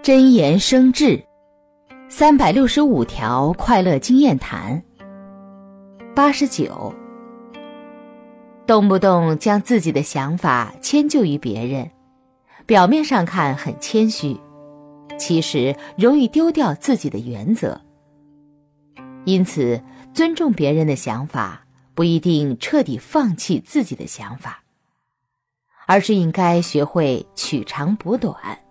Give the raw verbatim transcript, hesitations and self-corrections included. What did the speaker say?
真言生智，三百六十五条快乐经验谈。八十九，动不动将自己的想法迁就于别人，表面上看很谦虚，其实容易丢掉自己的原则。因此，尊重别人的想法，不一定彻底放弃自己的想法，而是应该学会取长补短。